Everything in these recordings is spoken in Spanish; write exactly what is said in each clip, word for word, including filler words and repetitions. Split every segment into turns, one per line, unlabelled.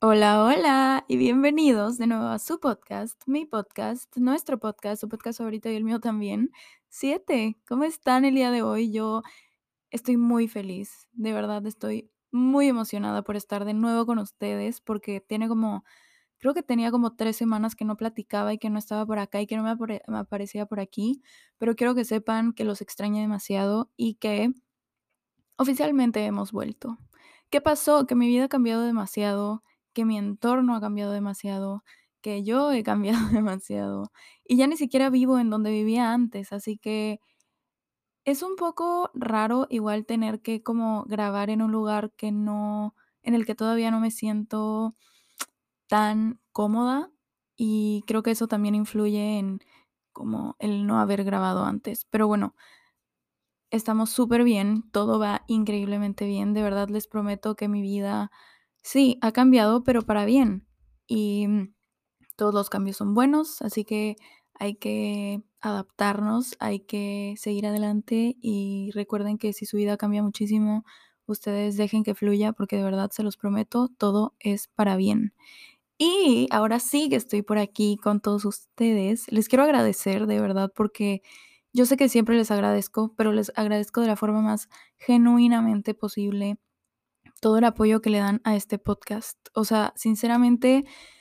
Hola, hola y bienvenidos de nuevo a su podcast, mi podcast, nuestro podcast, su podcast favorito y el mío también, Siete. ¿Cómo están el día de hoy? Yo estoy muy feliz, de verdad estoy muy emocionada por estar de nuevo con ustedes porque tiene como, creo que tenía como tres semanas que no platicaba y que no estaba por acá y que no me, apare- me aparecía por aquí, pero quiero que sepan que los extraño demasiado y que oficialmente hemos vuelto. ¿Qué pasó? Que mi vida ha cambiado demasiado, que mi entorno ha cambiado demasiado, que yo he cambiado demasiado y ya ni siquiera vivo en donde vivía antes, así que es un poco raro igual tener que como grabar en un lugar que no, en el que todavía no me siento tan cómoda y creo que eso también influye en como el no haber grabado antes. Pero bueno, estamos súper bien, todo va increíblemente bien, de verdad les prometo que mi vida, sí, ha cambiado, pero para bien. Y mm, todos los cambios son buenos, así que hay que adaptarnos, hay que seguir adelante y recuerden que si su vida cambia muchísimo, ustedes dejen que fluya porque de verdad se los prometo, todo es para bien. Y ahora sí que estoy por aquí con todos ustedes. Les quiero agradecer de verdad porque yo sé que siempre les agradezco, pero les agradezco de la forma más genuinamente posible todo el apoyo que le dan a este podcast. O sea, sinceramente,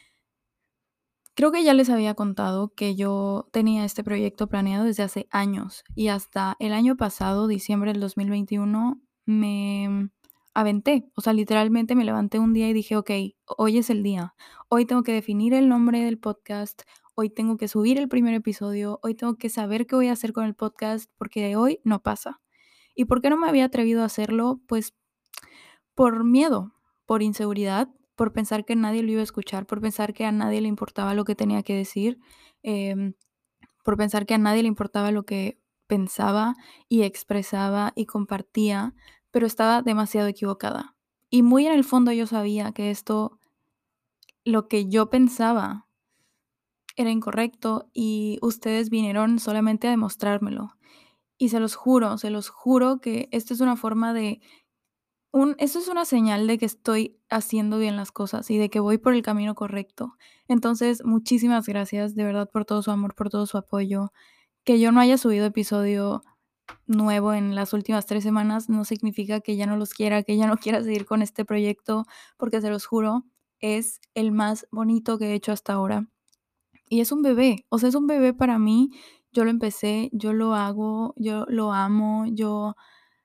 creo que ya les había contado que yo tenía este proyecto planeado desde hace años y hasta el año pasado, diciembre del dos mil veintiuno, me aventé. O sea, literalmente me levanté un día y dije, ok, hoy es el día. Hoy tengo que definir el nombre del podcast. Hoy tengo que subir el primer episodio. Hoy tengo que saber qué voy a hacer con el podcast porque de hoy no pasa. ¿Y por qué no me había atrevido a hacerlo? Pues por miedo, por inseguridad, por pensar que nadie lo iba a escuchar, por pensar que a nadie le importaba lo que tenía que decir, em, por pensar que a nadie le importaba lo que pensaba y expresaba y compartía, pero estaba demasiado equivocada. Y muy en el fondo yo sabía que esto, lo que yo pensaba, era incorrecto y ustedes vinieron solamente a demostrármelo. Y se los juro, se los juro que esto es una forma de Un eso es una señal de que estoy haciendo bien las cosas y de que voy por el camino correcto. Entonces, muchísimas gracias, de verdad, por todo su amor, por todo su apoyo. Que yo no haya subido episodio nuevo en las últimas tres semanas no significa que ya no los quiera, que ya no quiera seguir con este proyecto, porque se los juro, es el más bonito que he hecho hasta ahora. Y es un bebé, o sea, es un bebé para mí. Yo lo empecé, yo lo hago, yo lo amo, yo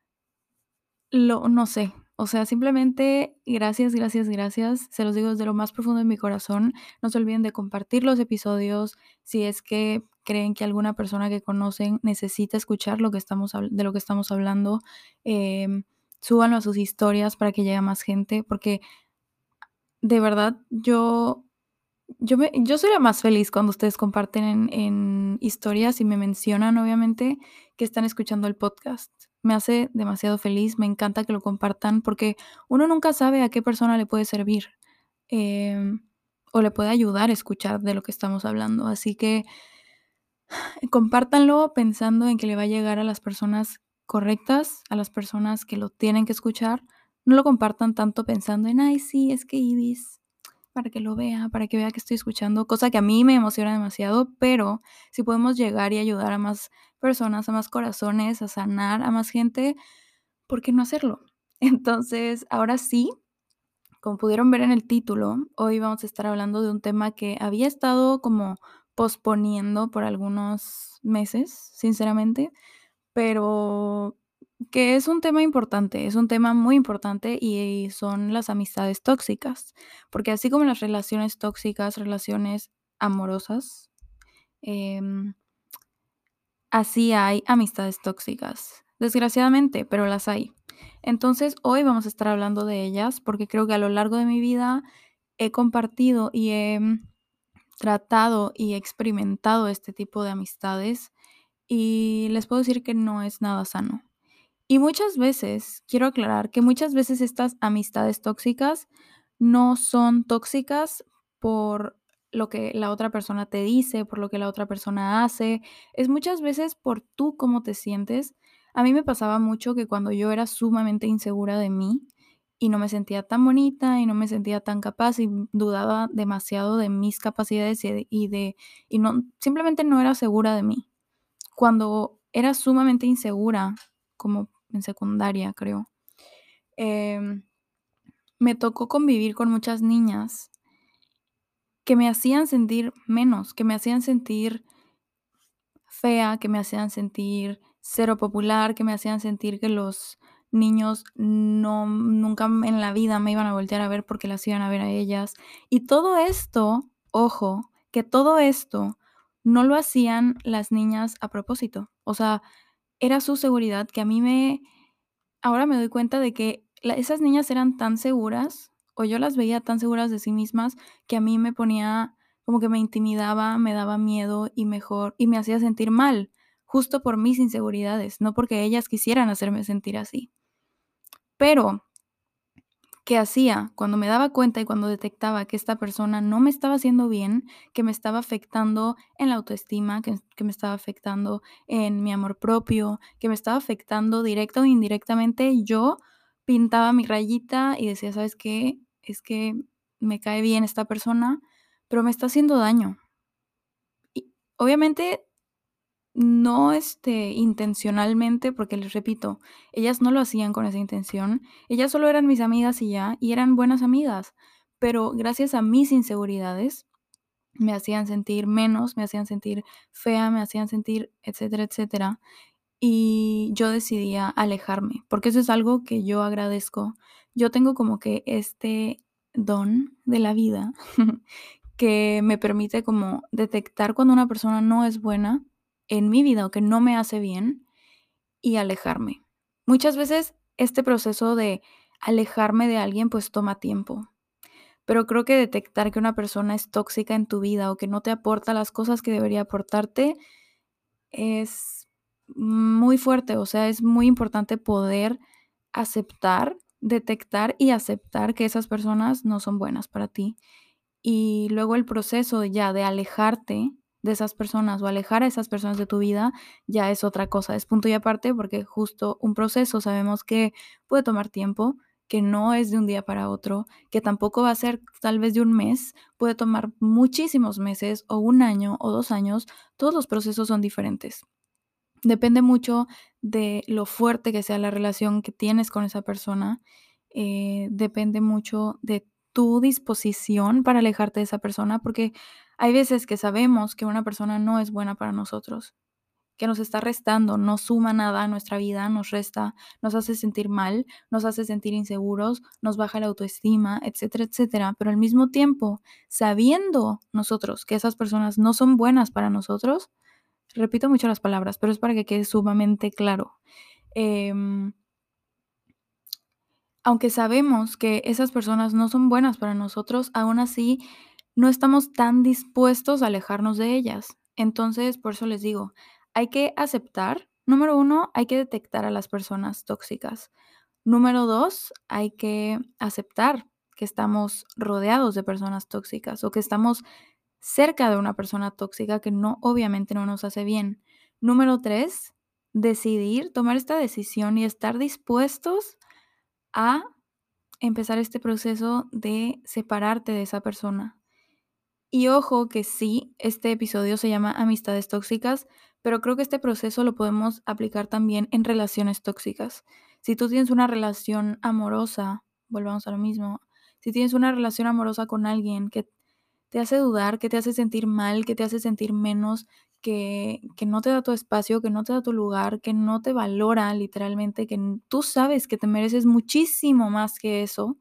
lo no sé, o sea, simplemente gracias, gracias, gracias. Se los digo desde lo más profundo de mi corazón. No se olviden de compartir los episodios si es que creen que alguna persona que conocen necesita escuchar lo que estamos habl de lo que estamos hablando. Em, Súbanlo a sus historias para que llegue a más gente, porque de verdad yo yo me yo soy la más feliz cuando ustedes comparten en en historias y me mencionan, obviamente, que están escuchando el podcast. Me hace demasiado feliz, me encanta que lo compartan, porque uno nunca sabe a qué persona le puede servir, em, o le puede ayudar a escuchar de lo que estamos hablando. Así que compártanlo pensando en que le va a llegar a las personas correctas, a las personas que lo tienen que escuchar. No lo compartan tanto pensando en: "Ay, sí, es que Ibis", para que lo vea, para que vea que estoy escuchando, cosa que a mí me emociona demasiado, pero si podemos llegar y ayudar a más personas, a más corazones, a sanar a más gente, ¿por qué no hacerlo? Entonces, ahora sí, como pudieron ver en el título, hoy vamos a estar hablando de un tema que había estado como posponiendo por algunos meses, sinceramente, pero que es un tema importante, es un tema muy importante y son las amistades tóxicas, porque así como las relaciones tóxicas, relaciones amorosas, em, así hay amistades tóxicas, desgraciadamente, pero las hay. Entonces, hoy vamos a estar hablando de ellas porque creo que a lo largo de mi vida he compartido y he mm, tratado y experimentado este tipo de amistades y les puedo decir que no es nada sano. Y muchas veces, quiero aclarar que muchas veces estas amistades tóxicas no son tóxicas por lo que la otra persona te dice, por lo que la otra persona hace, es muchas veces por tú cómo te sientes. A mí me pasaba mucho que cuando yo era sumamente insegura de mí y no me sentía tan bonita y no me sentía tan capaz y dudaba demasiado de mis capacidades y de y de y no simplemente no era segura de mí. Cuando era sumamente insegura, como en secundaria, creo, em, me tocó convivir con muchas niñas que me hacían sentir menos, que me hacían sentir fea, que me hacían sentir cero popular, que me hacían sentir que los niños no nunca en la vida me iban a voltear a ver porque las iban a ver a ellas. Y todo esto, ojo, que todo esto no lo hacían las niñas a propósito. O sea, era su seguridad que a mí me ahora me doy cuenta de que la esas niñas eran tan seguras, o yo las veía tan seguras de sí mismas, que a mí me ponía como que me intimidaba, me daba miedo y mejor y me hacía sentir mal, justo por mis inseguridades, no porque ellas quisieran hacerme sentir así. Pero, ¿qué hacía? Cuando me daba cuenta y cuando detectaba que esta persona no me estaba haciendo bien, que me estaba afectando en la autoestima, que que me estaba afectando en mi amor propio, que me estaba afectando directa o indirectamente, yo pintaba mi rayita y decía: "¿Sabes qué? Es que me cae bien esta persona, pero me está haciendo daño". Y obviamente no, este, intencionalmente, porque les repito, ellas no lo hacían con esa intención, ellas solo eran mis amigas y ya, y eran buenas amigas, pero gracias a mis inseguridades me hacían sentir menos, me hacían sentir fea, me hacían sentir etcétera, etcétera, y yo decidía alejarme, porque eso es algo que yo agradezco. Yo tengo como que este don de la vida que me permite como detectar cuando una persona no es buena en mi vida o que no me hace bien y alejarme. Muchas veces este proceso de alejarme de alguien pues toma tiempo, pero creo que detectar que una persona es tóxica en tu vida o que no te aporta las cosas que debería aportarte es muy fuerte, o sea, es muy importante poder aceptar, detectar y aceptar que esas personas no son buenas para ti. Y luego el proceso ya de alejarte de esas personas o alejar a esas personas de tu vida ya es otra cosa, es punto y aparte, porque justo un proceso sabemos que puede tomar tiempo, que no es de un día para otro, que tampoco va a ser tal vez de un mes, puede tomar muchísimos meses o un año o dos años, todos los procesos son diferentes. Depende mucho de lo fuerte que sea la relación que tienes con esa persona, eh, depende mucho de tu disposición para alejarte de esa persona, porque hay veces que sabemos que una persona no es buena para nosotros, que nos está restando, no suma nada a nuestra vida, nos resta, nos hace sentir mal, nos hace sentir inseguros, nos baja la autoestima, etcétera, etcétera. Pero al mismo tiempo, sabiendo nosotros que esas personas no son buenas para nosotros, repito mucho las palabras, pero es para que quede sumamente claro. Em, Aunque sabemos que esas personas no son buenas para nosotros, aún así no estamos tan dispuestos a alejarnos de ellas. Entonces, por eso les digo, hay que aceptar, número uno, hay que detectar a las personas tóxicas. Número dos, hay que aceptar que estamos rodeados de personas tóxicas o que estamos cerca de una persona tóxica que no, obviamente no nos hace bien. Número tres, decidir, tomar esta decisión y estar dispuestos a empezar este proceso de separarte de esa persona. Y ojo que sí, este episodio se llama Amistades tóxicas, pero creo que este proceso lo podemos aplicar también en relaciones tóxicas. Si tú tienes una relación amorosa, volvamos a lo mismo, si tienes una relación amorosa con alguien que te hace dudar, que te hace sentir mal, que te hace sentir menos, que, que no te da tu espacio, que no te da tu lugar, que no te valora literalmente, que n- tú sabes que te mereces muchísimo más que eso,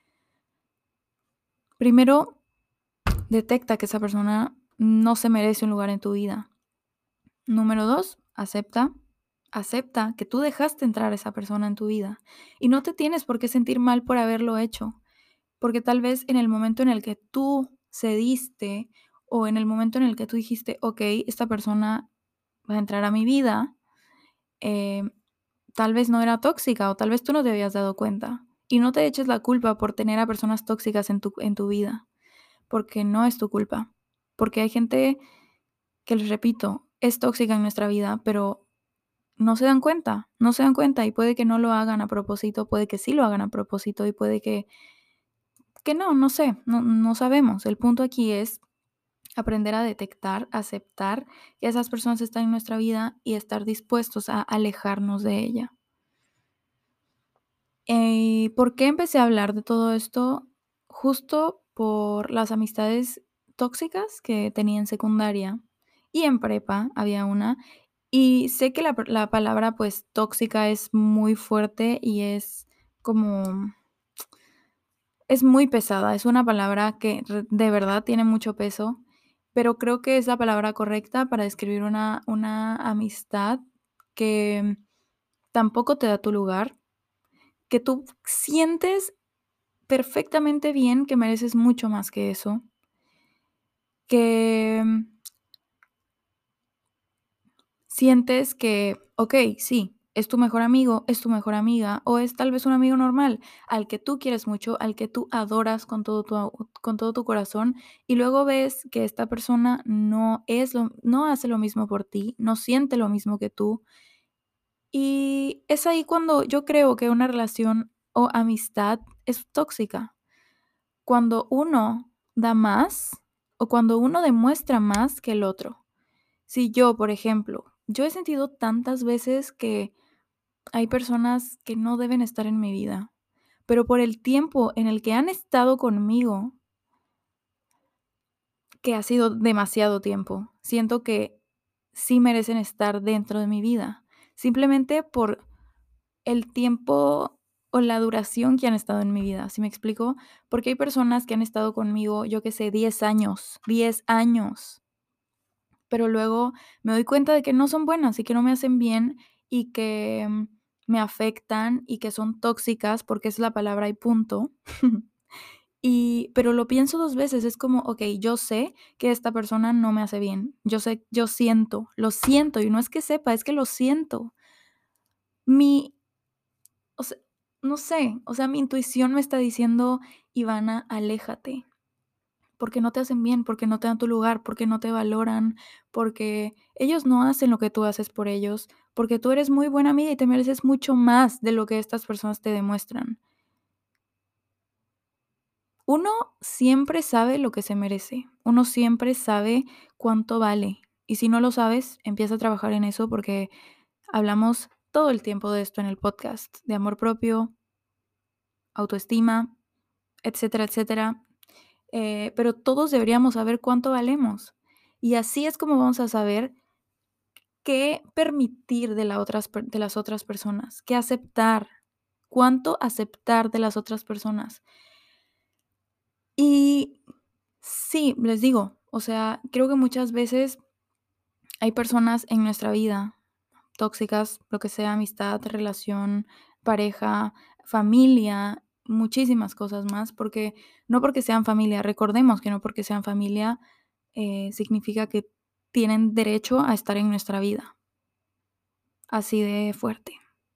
primero detecta que esa persona no se merece un lugar en tu vida. Número dos, acepta, acepta que tú dejaste entrar a esa persona en tu vida y no te tienes por qué sentir mal por haberlo hecho. Porque tal vez en el momento en el que tú cediste o en el momento en el que tú dijiste: "Okey, esta persona va a entrar a mi vida", eh, tal vez no era tóxica o tal vez tú no te habías dado cuenta. Y no te eches la culpa por tener a personas tóxicas en tu en tu vida, porque no es tu culpa. Porque hay gente que, les repito, es tóxica en nuestra vida, pero no se dan cuenta, no se dan cuenta y puede que no lo hagan a propósito, puede que sí lo hagan a propósito y puede que que no, no sé, no no sabemos. El punto aquí es aprender a detectar, aceptar que esas personas están en nuestra vida y estar dispuestos a alejarnos de ella. Eh, ¿por qué empecé a hablar de todo esto? Justo por las amistades tóxicas que tenía en secundaria y en prepa había una. Y sé que la, per- la palabra pues tóxica es muy fuerte y es como, es muy pesada, es una palabra que re- de verdad tiene mucho peso, pero creo que es la palabra correcta para describir una, una amistad que tampoco te da tu lugar, que tú sientes perfectamente bien que mereces mucho más que eso, que mm, sientes que, okey, sí, es tu mejor amigo, es tu mejor amiga, o es tal vez un amigo normal, al que tú quieres mucho, al que tú adoras con todo tu au con todo tu corazón, y luego ves que esta persona no es lo no hace lo mismo por ti, no siente lo mismo que tú, y es ahí cuando yo creo que una relación o amistad es tóxica. Cuando uno da más o cuando uno demuestra más que el otro. Si yo, por ejemplo, yo he sentido tantas veces que hay personas que no deben estar en mi vida, pero por el tiempo en el que han estado conmigo, que ha sido demasiado tiempo, siento que sí merecen estar dentro de mi vida, simplemente por el tiempo o la duración que han estado en mi vida, ¿sí me explico? Porque hay personas que han estado conmigo, yo qué sé, diez años, diez años, pero luego me doy cuenta de que no son buenas y que no me hacen bien y que mm, me afectan y que son tóxicas, porque es la palabra y punto. Y, pero lo pienso dos veces, es como, okey, yo sé que esta persona no me hace bien, yo sé, yo siento, lo siento, y no es que sepa, es que lo siento. Mi O sea, no sé, o sea, mi intuición me está diciendo: "Ivana, aléjate", porque no te hacen bien, porque no te dan tu lugar, porque no te valoran, porque ellos no hacen lo que tú haces por ellos, porque tú eres muy buena amiga y te mereces mucho más de lo que estas personas te demuestran. Uno siempre sabe lo que se merece, uno siempre sabe cuánto vale, y si no lo sabes, empieza a trabajar en eso, porque hablamos todo el tiempo de esto en el podcast, de amor propio, autoestima, etcétera, etcétera. Eh, pero todos deberíamos saber cuánto valemos. Y así es como vamos a saber qué permitir de, la otras, per- de las otras personas, qué aceptar, cuánto aceptar de las otras personas. Y sí, les digo, o sea, creo que muchas veces hay personas en nuestra vida tóxicas, lo que sea, amistad, relación, pareja, familia, muchísimas cosas más, porque no porque sean familia, recordemos que no porque sean familia eh, significa que tienen derecho a estar en nuestra vida, así de fuerte.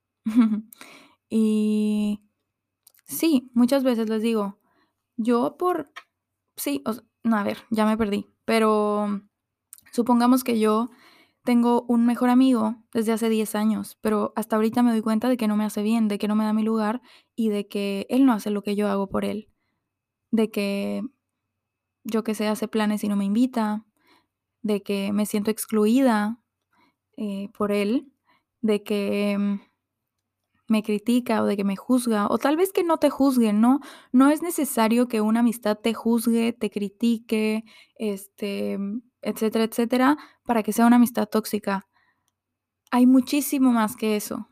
Y sí, muchas veces les digo, yo por, sí, o s no, a ver, ya me perdí, pero supongamos que yo tengo un mejor amigo desde hace diez años, pero hasta ahorita me doy cuenta de que no me hace bien, de que no me da mi lugar y de que él no hace lo que yo hago por él, de que, yo que sé, hace planes y no me invita, de que me siento excluida eh, por él, de que mm, me critica o de que me juzga, o tal vez que no te juzguen, ¿no? No es necesario que una amistad te juzgue, te critique, este, mm, etcétera, etcétera, para que sea una amistad tóxica. Hay muchísimo más que eso,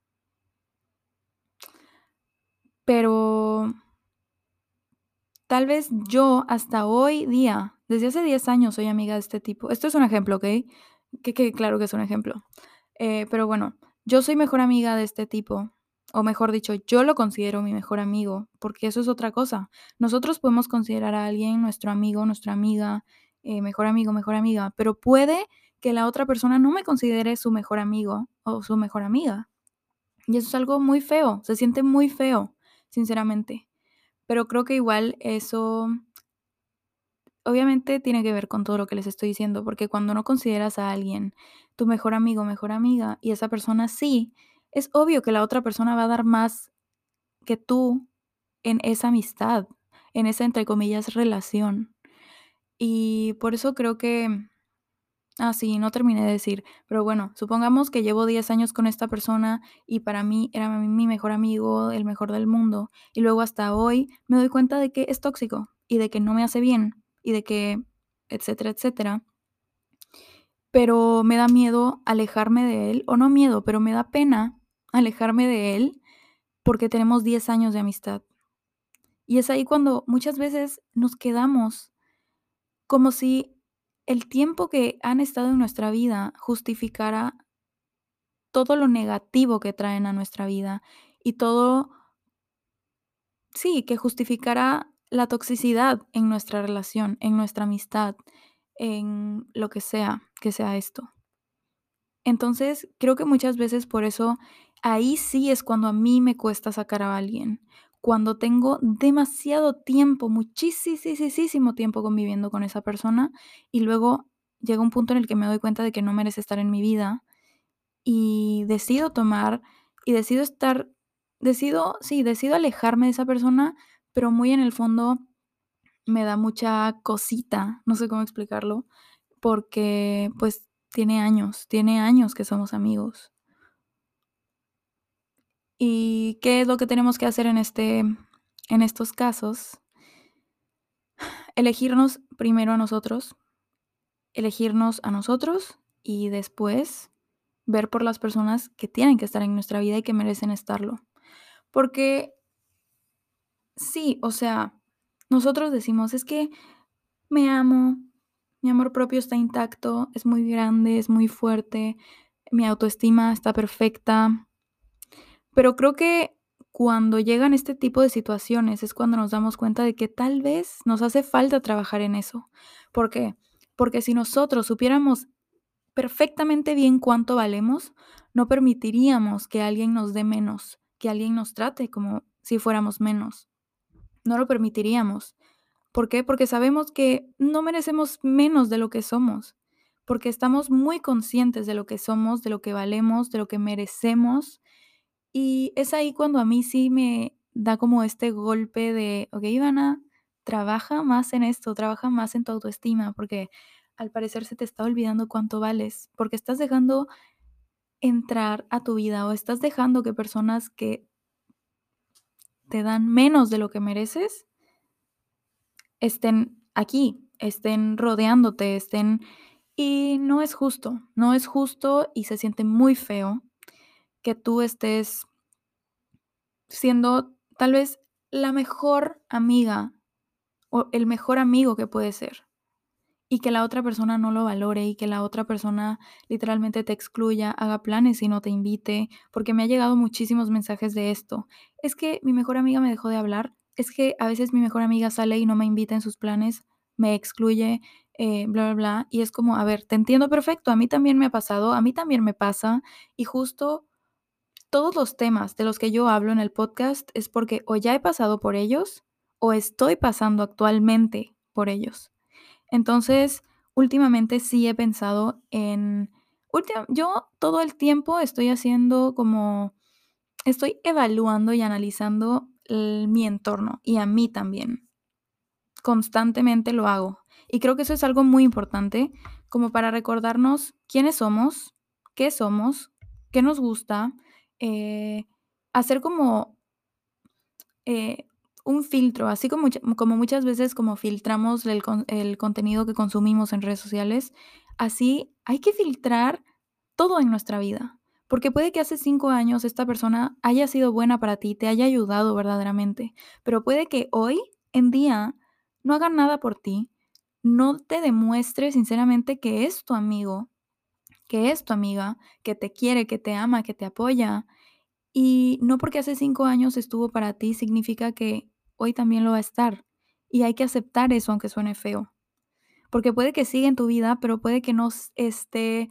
pero tal vez yo hasta hoy día, desde hace diez años soy amiga de este tipo. Esto es un ejemplo, ¿ok? Que quede claro que es un ejemplo. Eh, pero bueno, yo soy mejor amiga de este tipo, o mejor dicho, yo lo considero mi mejor amigo, porque eso es otra cosa. Nosotros podemos considerar a alguien nuestro amigo, nuestra amiga, eh, mejor amigo, mejor amiga, pero puede que la otra persona no me considere su mejor amigo o su mejor amiga. Y eso es algo muy feo, se siente muy feo, sinceramente. Pero creo que igual eso obviamente tiene que ver con todo lo que les estoy diciendo, porque cuando no consideras a alguien tu mejor amigo, mejor amiga, y esa persona sí, es obvio que la otra persona va a dar más que tú en esa amistad, en esa, entre comillas, relación. Y por eso creo que ah, sí, no terminé de decir, pero bueno, supongamos que llevo diez años con esta persona y para mí era mi mi mejor amigo, el mejor del mundo, y luego hasta hoy me doy cuenta de que es tóxico y de que no me hace bien y de que etcétera, etcétera. Pero me da miedo alejarme de él, o no miedo, pero me da pena alejarme de él porque tenemos diez años de amistad. Y es ahí cuando muchas veces nos quedamos como si el tiempo que han estado en nuestra vida justificara todo lo negativo que traen a nuestra vida y todo, sí, que justificara la toxicidad en nuestra relación, en nuestra amistad, en lo que sea que sea esto. Entonces, creo que muchas veces por eso ahí sí es cuando a mí me cuesta sacar a alguien, cuando tengo demasiado tiempo, muchísimo tiempo conviviendo con esa persona y luego llega un punto en el que me doy cuenta de que no merece estar en mi vida y decido tomar y decido estar decido, sí, decido alejarme de esa persona, pero muy en el fondo me da mucha cosita, no sé cómo explicarlo, porque, pues, tiene años, tiene años que somos amigos. ¿Y qué es lo que tenemos que hacer en este en estos casos? Elegirnos primero a nosotros, elegirnos a nosotros y después ver por las personas que tienen que estar en nuestra vida y que merecen estarlo. Porque sí, o sea, nosotros decimos: "Es que me amo, mi amor propio está intacto, es muy grande, es muy fuerte, mi autoestima está perfecta". Pero creo que cuando llegan este tipo de situaciones es cuando nos damos cuenta de que tal vez nos hace falta trabajar en eso. ¿Por qué? Porque si nosotros supiéramos perfectamente bien cuánto valemos, no permitiríamos que alguien nos dé menos, que alguien nos trate como si fuéramos menos. No lo permitiríamos. ¿Por qué? Porque sabemos que no merecemos menos de lo que somos, porque estamos muy conscientes de lo que somos, de lo que valemos, de lo que merecemos. Y es ahí cuando a mí sí me da como este golpe de, okey, Ivana, trabaja más en esto, trabaja más en tu autoestima, porque al parecer se te está olvidando cuánto vales, porque estás dejando entrar a tu vida o estás dejando que personas que te dan menos de lo que mereces estén aquí, estén rodeándote, estén y no es justo, no es justo y se siente muy feo que tú estés siendo tal vez la mejor amiga o el mejor amigo que puede ser, y que la otra persona no lo valore, y que la otra persona literalmente te excluya, haga planes y no te invite, porque me ha llegado muchísimos mensajes de esto. Es que mi mejor amiga me dejó de hablar, es que a veces mi mejor amiga sale y no me invita en sus planes, me excluye, eh, bla, bla, bla, y es como, a ver, te entiendo perfecto, a mí también me ha pasado, a mí también me pasa, y justo todos los temas de los que yo hablo en el podcast es porque o ya he pasado por ellos o estoy pasando actualmente por ellos. Entonces, últimamente sí he pensado en última yo todo el tiempo estoy haciendo como estoy evaluando y analizando el mi entorno y a mí también. Constantemente lo hago. Y creo que eso es algo muy importante, como para recordarnos quiénes somos, qué somos, qué nos gusta, eh, hacer como eh, un filtro, así como mucha como muchas veces como filtramos el con el contenido que consumimos en redes sociales, así hay que filtrar todo en nuestra vida, porque puede que hace cinco años esta persona haya sido buena para ti, te haya ayudado verdaderamente, pero puede que hoy en día no haga nada por ti, no te demuestre sinceramente que es tu amigo, que es tu amiga, que te quiere, que te ama, que te apoya. Y no porque hace cinco años estuvo para ti, significa que hoy también lo va a estar. Y hay que aceptar eso, aunque suene feo. Porque puede que siga en tu vida, pero puede que no s esté,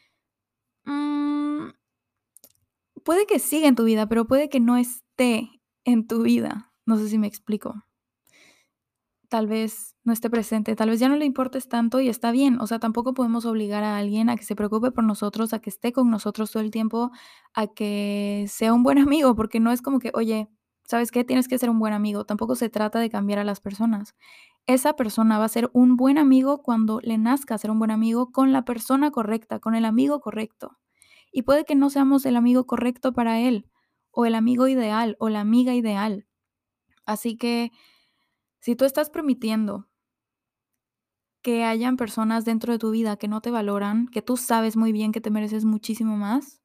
mm, puede que siga en tu vida, pero puede que no esté en tu vida. No sé si me explico. tal vez no esté presente, tal vez ya no le importes tanto y está bien. O sea, tampoco podemos obligar a alguien a que se preocupe por nosotros, a que esté con nosotros todo el tiempo, a que sea un buen amigo, porque no es como que, oye, ¿sabes qué? Tienes que ser un buen amigo. Tampoco se trata de cambiar a las personas. Esa persona va a ser un buen amigo cuando le nazca ser un buen amigo con la persona correcta, con el amigo correcto. Y puede que no seamos el amigo correcto para él, o el amigo ideal, o la amiga ideal. Así que si tú estás permitiendo que hayan personas dentro de tu vida que no te valoran, que tú sabes muy bien que te mereces muchísimo más,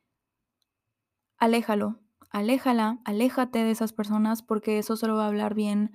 aléjalo, aléjala, aléjate de esas personas porque eso solo va a hablar bien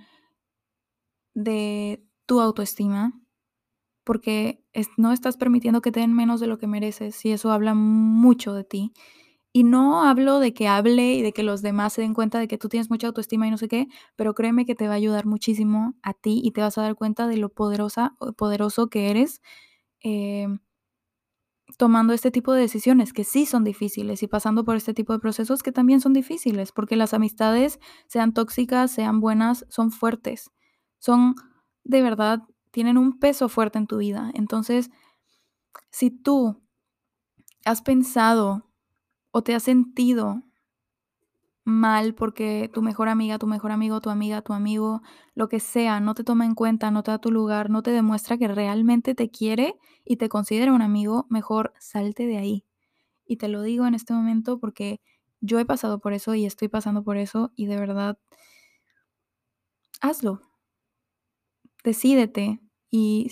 de tu autoestima, porque es- no estás permitiendo que te den menos de lo que mereces y eso habla mucho de ti. Y no hablo de que hable y de que los demás se den cuenta de que tú tienes mucha autoestima y no sé qué, pero créeme que te va a ayudar muchísimo a ti y te vas a dar cuenta de lo poderosa o poderoso que eres, em, tomando este tipo de decisiones que sí son difíciles y pasando por este tipo de procesos que también son difíciles, porque las amistades, sean tóxicas, sean buenas, son fuertes. Son, de verdad, tienen un peso fuerte en tu vida. Entonces, si tú has pensado o te has sentido mal porque tu mejor amiga, tu mejor amigo, tu amiga, tu amigo, lo que sea, no te toma en cuenta, no te da tu lugar, no te demuestra que realmente te quiere y te considera un amigo, mejor salte de ahí. Y te lo digo en este momento porque yo he pasado por eso y estoy pasando por eso y de verdad, hazlo, decídete y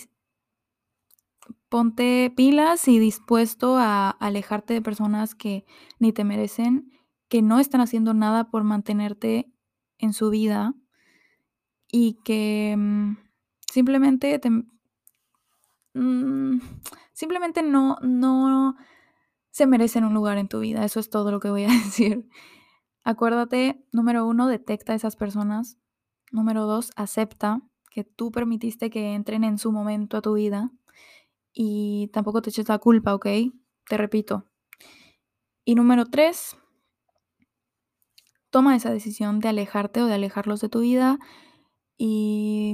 ponte pilas y dispuesto a alejarte de personas que ni te merecen, que no están haciendo nada por mantenerte en su vida y que, mm, simplemente te mm, simplemente no no se merecen un lugar en tu vida. Eso es todo lo que voy a decir. Acuérdate, número uno, detecta a esas personas. Número dos, acepta que tú permitiste que entren en su momento a tu vida y tampoco te eches la culpa, ¿ok? Te repito. Y número tres, toma esa decisión de alejarte o de alejarlos de tu vida y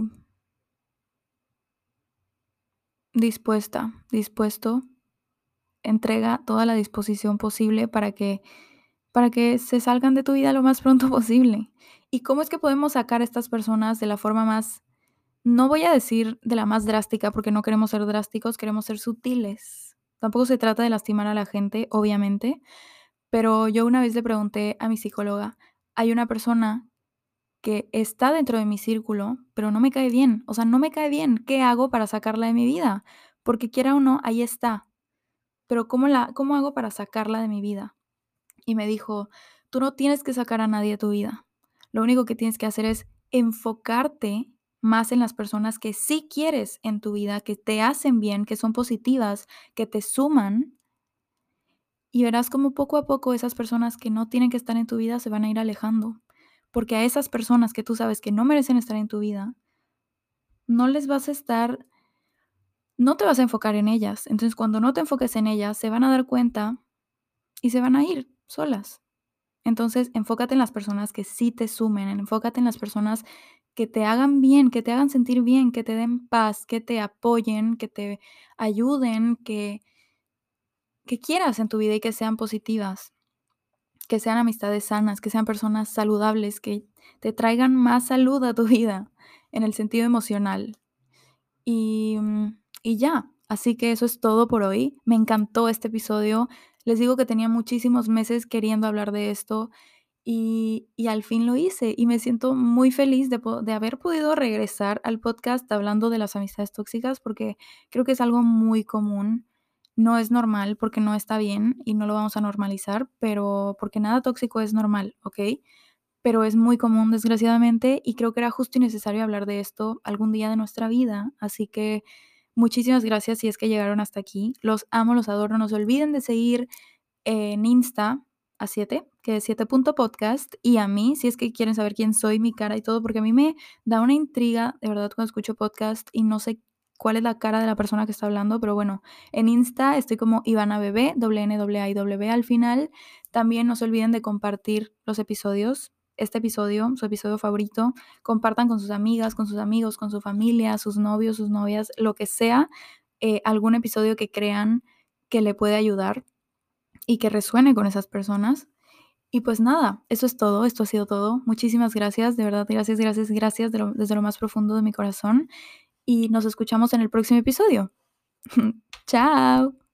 dispuesta, dispuesto, entrega toda la disposición posible para que para que se salgan de tu vida lo más pronto posible. ¿Y cómo es que podemos sacar a estas personas de la forma más, no voy a decir de la más drástica, porque no queremos ser drásticos, queremos ser sutiles? Tampoco se trata de lastimar a la gente, obviamente, pero yo una vez le pregunté a mi psicóloga, hay una persona que está dentro de mi círculo, pero no me cae bien, o sea, no me cae bien, ¿qué hago para sacarla de mi vida? Porque quiera o no, ahí está, pero ¿cómo la cómo hago para sacarla de mi vida? Y me dijo, tú no tienes que sacar a nadie de tu vida. Lo único que tienes que hacer es enfocarte más en las personas que sí quieres en tu vida, que te hacen bien, que son positivas, que te suman, y verás como poco a poco esas personas que no tienen que estar en tu vida se van a ir alejando. Porque a esas personas que tú sabes que no merecen estar en tu vida, no les vas a estar, no te vas a enfocar en ellas. Entonces, cuando no te enfoques en ellas, se van a dar cuenta y se van a ir solas. Entonces, enfócate en las personas que sí te sumen, enfócate en las personas que te hagan bien, que te hagan sentir bien, que te den paz, que te apoyen, que te ayuden, que, que quieras en tu vida y que sean positivas, que sean amistades sanas, que sean personas saludables, que te traigan más salud a tu vida en el sentido emocional. Y, mm, y ya, así que eso es todo por hoy. Me encantó este episodio. Les digo que tenía muchísimos meses queriendo hablar de esto y y al fin lo hice, y me siento muy feliz de po de haber podido regresar al podcast hablando de las amistades tóxicas, porque creo que es algo muy común. No es normal, porque no está bien y no lo vamos a normalizar, pero porque nada tóxico es normal, ¿ok? Pero es muy común, desgraciadamente, y creo que era justo y necesario hablar de esto algún día de nuestra vida. Así que muchísimas gracias si es que llegaron hasta aquí. Los amo, los adoro. No se olviden de seguir en Insta a siete que es siete punto podcast, y a mí, si es que quieren saber quién soy, mi cara y todo, porque a mí me da una intriga, de verdad, cuando escucho podcast y no sé cuál es la cara de la persona que está hablando, pero bueno, en Insta estoy como Ivana Bebé, doble N, doble A y doble B al final. También no se olviden de compartir los episodios este episodio, su episodio favorito, compartan con sus amigas, con sus amigos, con su familia, sus novios, sus novias, lo que sea, eh, algún episodio que crean que le puede ayudar y que resuene con esas personas. Y pues nada, eso es todo, esto ha sido todo. Muchísimas gracias, de verdad, gracias, gracias, gracias de lo- desde lo más profundo de mi corazón. Y nos escuchamos en el próximo episodio. Chao.